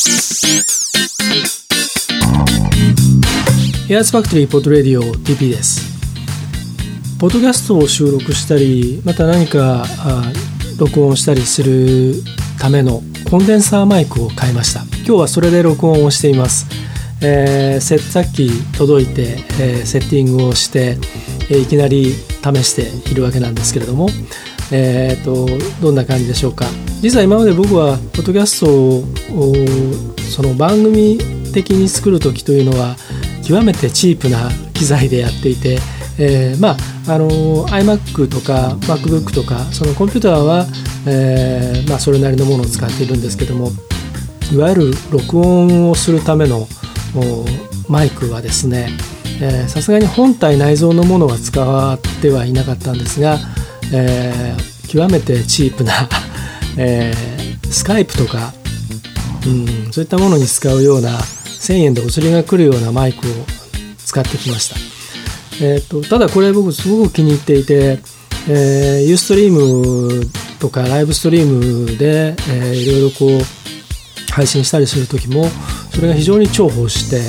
エアーズファクトリーポッドレディオ TP です。ポッドキャストを収録したり、また何か録音したりするためのコンデンサーマイクを買いました。今日はそれで録音をしています。さっき届いて、セッティングをして、いきなり試しているわけなんですけれども、どんな感じでしょうか。実は今まで僕はポッドキャストをその番組的に作るときというのは極めてチープな機材でやっていて、iMac とか MacBook とかそのコンピューターは、それなりのものを使っているんですけども、いわゆる録音をするためのマイクはですね、さすがに本体内蔵のものは使ってはいなかったんですが、極めてチープな、スカイプとか、そういったものに使うような1000円でお釣りが来るようなマイクを使ってきました。ただこれ僕すごく気に入っていて、ユーストリームとかライブストリームで、いろいろこう配信したりする時もそれが非常に重宝して、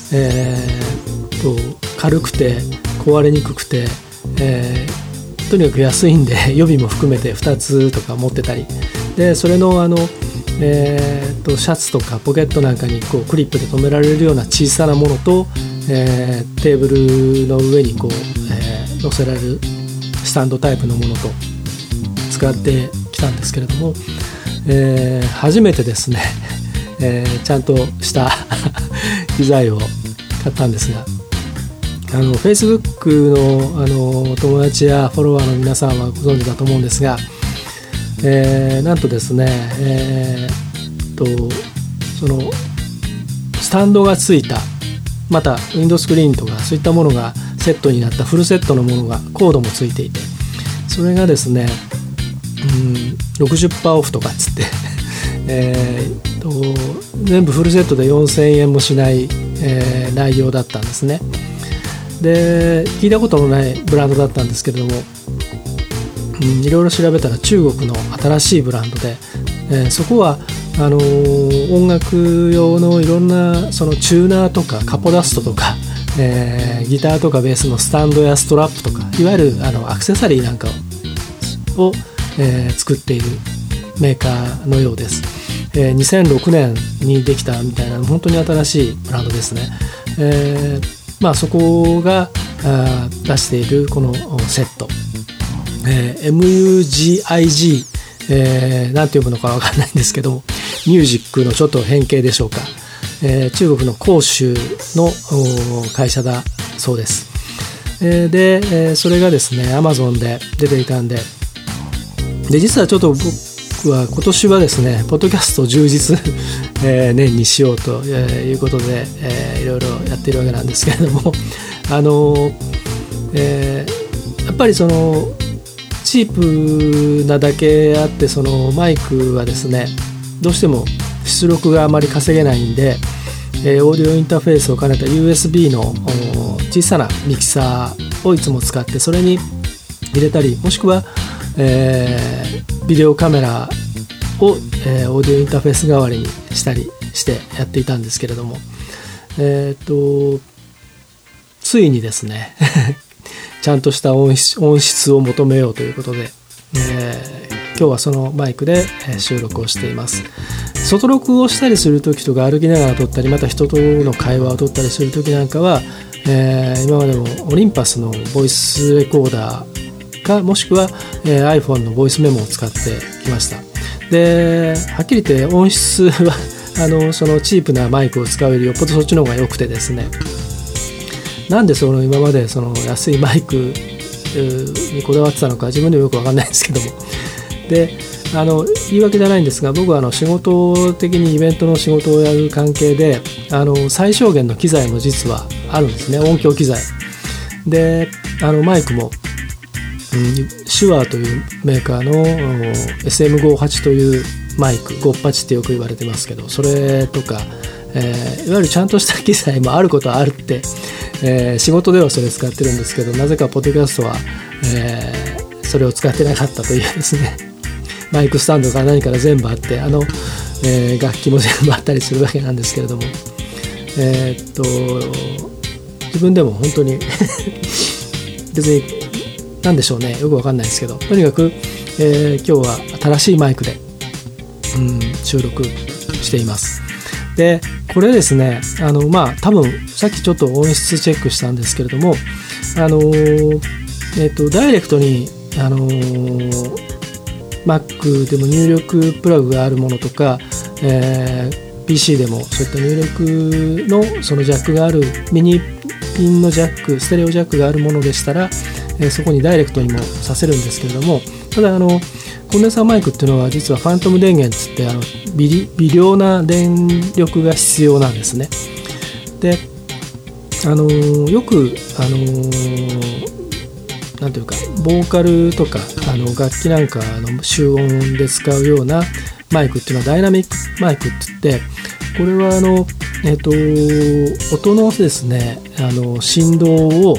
軽くて壊れにくくて、とにかく安いんで予備も含めて2つとか持ってたりで、それのシャツとかポケットなんかにこうクリップで留められるような小さなものと、テーブルの上にこう、乗せられるスタンドタイプのものと使ってきたんですけれども、初めてですね、ちゃんとした機材を買ったんですが、Facebook の、友達やフォロワーの皆さんはご存知だと思うんですが、なんとですね、そのスタンドがついた、またウィンドウスクリーンとかそういったものがセットになったフルセットのものがコードもついていて、それがですね、60% オフとかっつって全部フルセットで4000円もしない、内容だったんですね。で、聞いたことのないブランドだったんですけれども、いろいろ調べたら中国の新しいブランドで、そこは音楽用のいろんなそのチューナーとかカポダストとか、ギターとかベースのスタンドやストラップとか、いわゆるアクセサリーなんかを、作っているメーカーのようです。2006年にできたみたいな本当に新しいブランドですね。そこが出しているこのセット、MUGIG、なんて読むのか分かんないんですけども、ミュージックのちょっと変形でしょうか。中国の広州の会社だそうです。で、それがですね Amazon で出ていたんで、実はちょっと僕は今年はですねポッドキャスト充実、年にしようということで、いろいろやっているわけなんですけれども、やっぱりそのチープなだけあって、そのマイクはですねどうしても出力があまり稼げないんで、オーディオインターフェースを兼ねた USB の小さなミキサーをいつも使って、それに入れたり、もしくは、ビデオカメラを、オーディオインターフェース代わりにしたりしてやっていたんですけれども、ついにですねちゃんとした音質を求めようということで、今日はそのマイクで収録をしています。外録をしたりするときとか、歩きながら撮ったり、また人との会話を撮ったりするときなんかは、今までもオリンパスのボイスレコーダーか、もしくは、iPhone のボイスメモを使ってきました。で、はっきり言って音質はそのチープなマイクを使うよりよっぽどそっちの方が良くてですね、なんでその今までその安いマイクにこだわってたのか自分でもよく分かんないんですけども、で言い訳じゃないんですが、僕は仕事的にイベントの仕事をやる関係で最小限の機材も実はあるんですね。音響機材でマイクも、シュアーというメーカーの SM58 というマイク、58ってよく言われてますけど、それとか、いわゆるちゃんとした機材もあることはあるって、仕事ではそれ使ってるんですけど、なぜかポッドキャストは、それを使ってなかったというですねマイクスタンドから何から全部あって楽器も全部あったりするわけなんですけれども、自分でも本当に別に何でしょうね、よくわかんないですけど、とにかく、今日は新しいマイクで、収録しています。でこれですね、多分さっきちょっと音質チェックしたんですけれども、ダイレクトにMac でも入力プラグがあるものとか、PC でもそういった入力のそのジャックがあるミニピンのジャック、ステレオジャックがあるものでしたら、そこにダイレクトにも挿せるんですけれども、ただコンデンサーマイクっていうのは実はファントム電源つって微量な電力が必要なんですね。でよくなんていうかボーカルとか楽器なんかの集音で使うようなマイクっていうのはダイナミックマイクって言って、これは音のですね振動を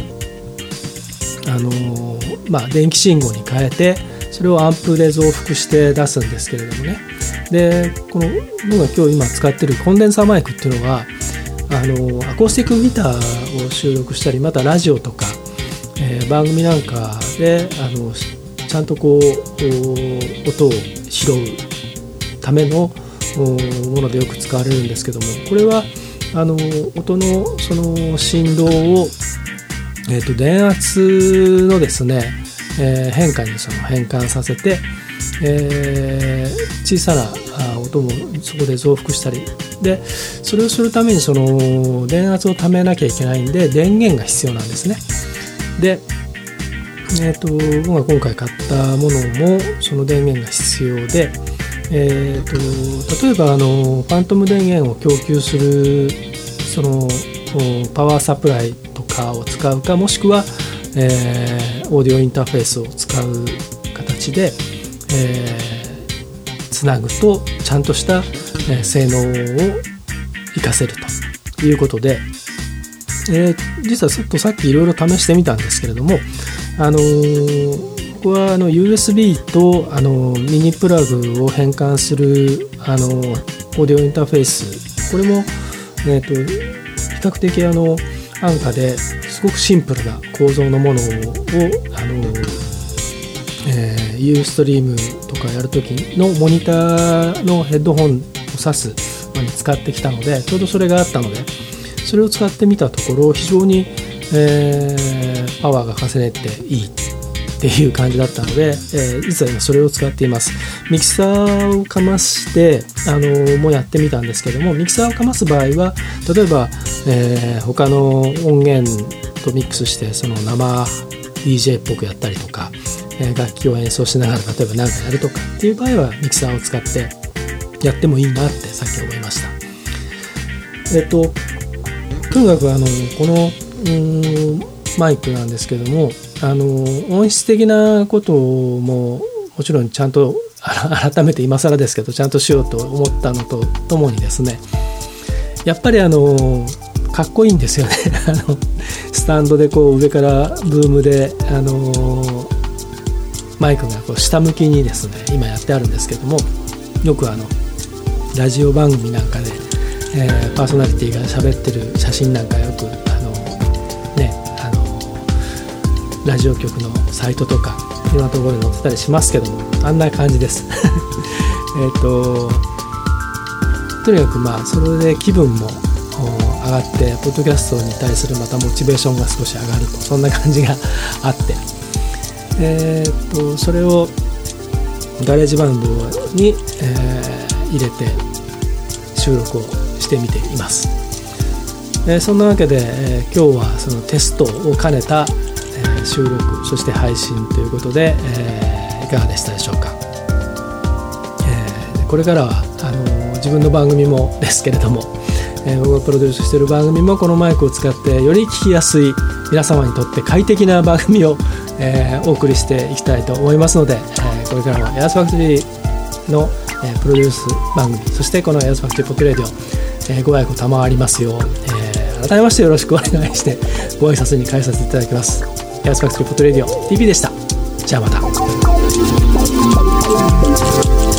電気信号に変えてそれをアンプで増幅して出すんですけれどもね。でこの僕が今日今使ってるコンデンサーマイクっていうのはアコースティックギターを収録したり、またラジオとか、番組なんかでちゃんとこう音を拾うためのものでよく使われるんですけども、これは音のその振動を、電圧のですね、変化に変換させて、小さな音もそこで増幅したりで、それをするためにその電圧をためなきゃいけないんで電源が必要なんですね。で、僕が今回買ったものもその電源が必要で、例えばファントム電源を供給するそのパワーサプライとかを使うか、もしくは、オーディオインターフェースを使う形で、つなぐとちゃんとした、性能を活かせるということで、実はちょっとさっきいろいろ試してみたんですけれども、ここはUSB とミニプラグを変換するオーディオインターフェース、これも、比較的安価ですごくシンプルな構造のものをユーストリームとかやるときのモニターのヘッドホンを挿すのに使ってきたので、ちょうどそれがあったのでそれを使ってみたところ非常に、パワーが重ねていいっていう感じだったので、実は今それを使っています。ミキサーをかましてもうやってみたんですけども、ミキサーをかます場合は例えば、他の音源とミックスしてその生 DJ っぽくやったりとか、楽器を演奏しながら例えば何かやるとかっていう場合はミキサーを使ってやってもいいなってさっき思いました。とにかくこのマイクなんですけども、音質的なことももちろんちゃんと改めて今更ですけどちゃんとしようと思ったのとともにですね、やっぱりかっこいいんですよねスタンドでこう上からブームでマイクがこう下向きにですね今やってあるんですけども、よくラジオ番組なんかで、パーソナリティが喋ってる写真なんかよくラジオ局のサイトとかいろんなところで載ってたりしますけども、あんな感じですとにかくそれで気分も上がって、ポッドキャストに対するまたモチベーションが少し上がると、そんな感じがあって、それをガレージバンドに、入れて収録をしてみています。そんなわけで、今日はそのテストを兼ねた、収録そして配信ということで、いかがでしたでしょうか。これからは自分の番組もですけれども、僕がプロデュースしている番組もこのマイクを使ってより聞きやすい、皆様にとって快適な番組を、お送りしていきたいと思いますので、これからはエアースファクトリーの、プロデュース番組、そしてこのエアースファクトリーポッドレディオ、ご愛顧賜りますよう、改めましてよろしくお願いしてご挨拶に返させていただきます。エアースファクトリーポッドレディオ TP でした。 じゃあまた。